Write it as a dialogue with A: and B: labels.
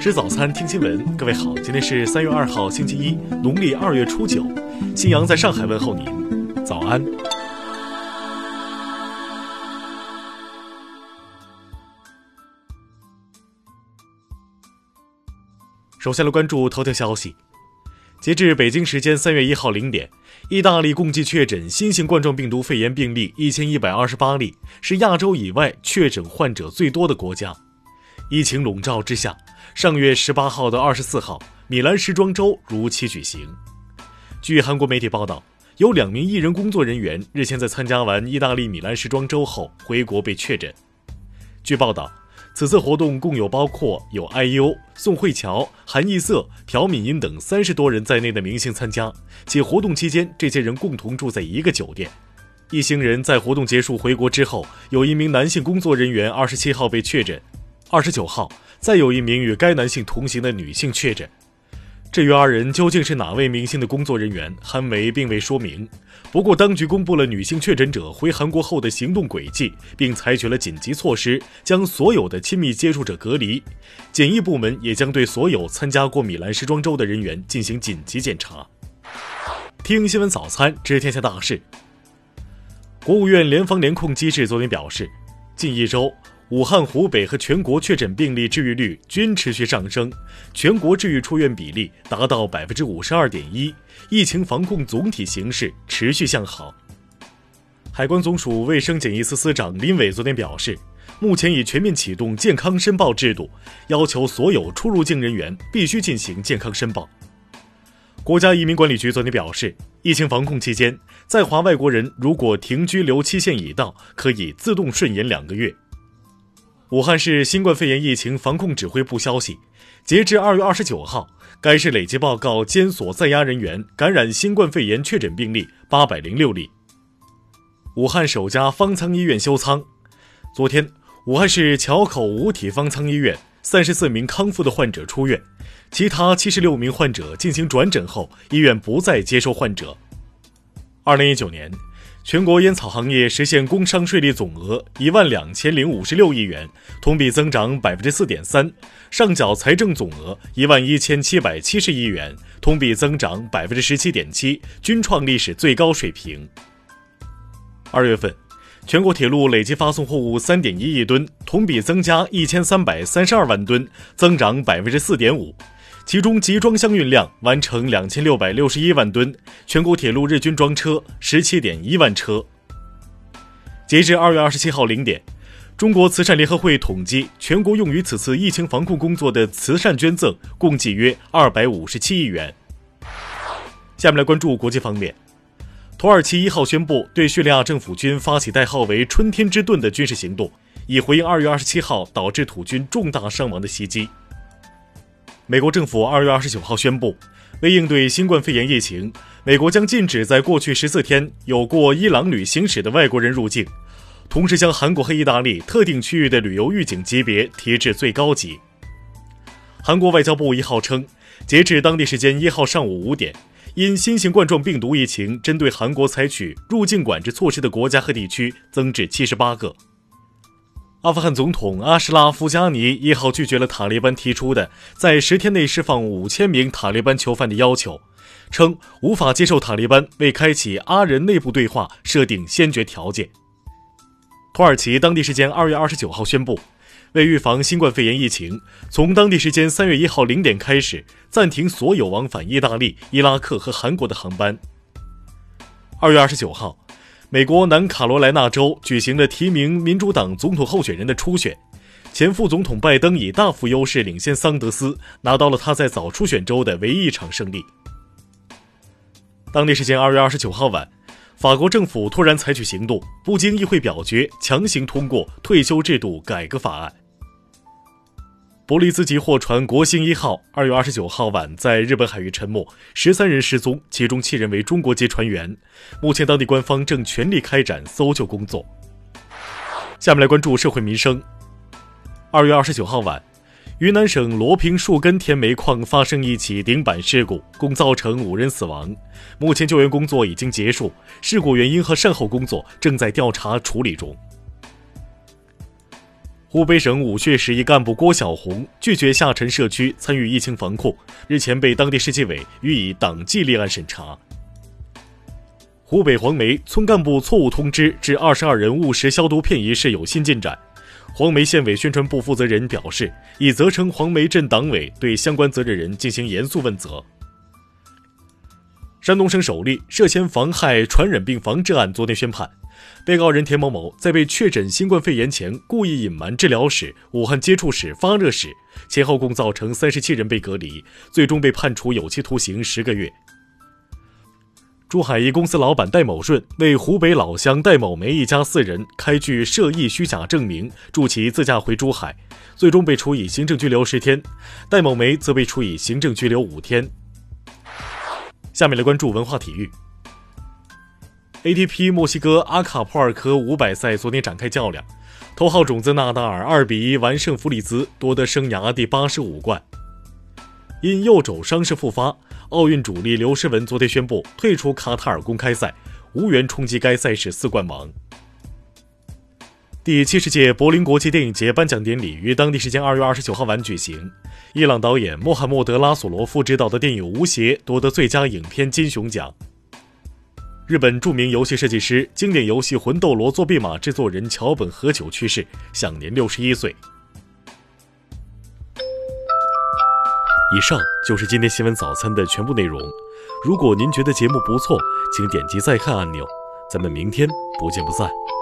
A: 吃早餐，听新闻。各位好，今天是3月2号，星期一，农历2月初9。新阳在上海问候您，早安。首先来关注头条消息。截至北京时间3月1号0点，意大利共计确诊新型冠状病毒肺炎病例1128例，是亚洲以外确诊患者最多的国家。疫情笼罩之下，上月18号到24号，米兰时装周如期举行。据韩国媒体报道，有2名艺人工作人员日前在参加完意大利米兰时装周后回国被确诊。据报道，此次活动共包括有 IU、宋慧乔、韩艺瑟、朴敏英等30多人在内的明星参加，且活动期间这些人共同住在一个酒店。一行人在活动结束回国之后，有一名男性工作人员27号被确诊，29号再有一名与该男性同行的女性确诊。至于2人究竟是哪位明星的工作人员，韩媒并未说明。不过当局公布了女性确诊者回韩国后的行动轨迹，并采取了紧急措施，将所有的亲密接触者隔离。检疫部门也将对所有参加过米兰时装周的人员进行紧急检查。听新闻早餐，知天下大事。国务院联防联控机制昨天表示，近一周武汉、湖北和全国确诊病例治愈率均持续上升，全国治愈出院比例达到 52.1%， 疫情防控总体形势持续向好。海关总署卫生检疫司司长林伟昨天表示，目前已全面启动健康申报制度，要求所有出入境人员必须进行健康申报。国家移民管理局昨天表示，疫情防控期间，在华外国人如果停居留期限已到，可以自动顺延2个月。武汉市新冠肺炎疫情防控指挥部消息，截至2月29号，该市累计报告监所在押人员感染新冠肺炎确诊病例806例。武汉首家方舱医院休舱。昨天，武汉市桥口五体方舱医院34名康复的患者出院，其他76名患者进行转诊后，医院不再接收患者。2019年，全国烟草行业实现工商税利总额12056亿元，同比增长 4.3%， 上缴财政总额11770亿元，同比增长 17.7%， 均创历史最高水平。2月份，全国铁路累计发送货物 3.1 亿吨，同比增加1332万吨，增长 4.5%。其中集装箱运量完成2661万吨，全国铁路日均装车 17.1 万车。截至2月27号0点，中国慈善联合会统计，全国用于此次疫情防控工作的慈善捐赠共计约257亿元。下面来关注国际方面。土耳其1号宣布对叙利亚政府军发起代号为春天之盾的军事行动，以回应2月27号导致土军重大伤亡的袭击。美国政府2月29号宣布，为应对新冠肺炎疫情，美国将禁止在过去14天有过伊朗旅行史的外国人入境，同时将韩国和意大利特定区域的旅游预警级别提至最高级。韩国外交部1号称，截至当地时间1号上午5点，因新型冠状病毒疫情针对韩国采取入境管制措施的国家和地区增至78个。阿富汗总统阿什拉夫·加尼1号拒绝了塔利班提出的在10天内释放5000名塔利班囚犯的要求，称无法接受塔利班为开启阿人内部对话设定先决条件。土耳其当地时间2月29号宣布，为预防新冠肺炎疫情，从当地时间3月1号0点开始，暂停所有往返意大利、伊拉克和韩国的航班。2月29号，美国南卡罗来纳州举行了提名民主党总统候选人的初选，前副总统拜登以大幅优势领先桑德斯，拿到了他在早初选州的唯一一场胜利。当地时间2月29号晚，法国政府突然采取行动，不经议会表决，强行通过退休制度改革法案。伯利兹级货船国兴1号2月29号晚在日本海域沉没，13人失踪，其中7人为中国籍船员。目前当地官方正全力开展搜救工作。下面来关注社会民生。2月29号晚，云南省罗平树根田煤矿发生一起顶板事故，共造成5人死亡。目前救援工作已经结束，事故原因和善后工作正在调查处理中。 湖北省武穴市一干部郭小红拒绝下沉社区参与疫情防控，日前被当地市纪委予以党纪立案审查。湖北黄梅村干部错误通知致22人误食消毒片一事有新进展。黄梅县委宣传部负责人表示，已责成黄梅镇党委对相关责任人进行严肃问责。山东省首例涉嫌妨害传染病防治案昨天宣判，被告人田某某在被确诊新冠肺炎前故意隐瞒治疗史、武汉接触史、发热史，前后共造成37人被隔离，最终被判处有期徒刑10个月。珠海一公司老板戴某顺为湖北老乡戴某梅一家4人开具涉疫虚假证明，助其自驾回珠海，最终被处以行政拘留10天，戴某梅则被处以行政拘留5天。下面来关注文化体育。ATP 墨西哥阿卡普尔科500赛昨天展开较量，头号种子纳达尔2比1完胜弗里兹，夺得生涯第85冠。因右肘伤势复发，奥运主力刘诗雯昨天宣布退出卡塔尔公开赛，无缘冲击该赛事4冠王。第70届柏林国际电影节颁奖典礼于当地时间2月29号晚举行。伊朗导演穆罕默德·拉索罗夫执导的电影《无邪》夺得最佳影片金熊奖。日本著名游戏设计师、经典游戏《魂斗罗》作弊码制作人桥本和久去世，享年61岁。以上就是今天新闻早餐的全部内容。如果您觉得节目不错，请点击再看按钮。咱们明天不见不散。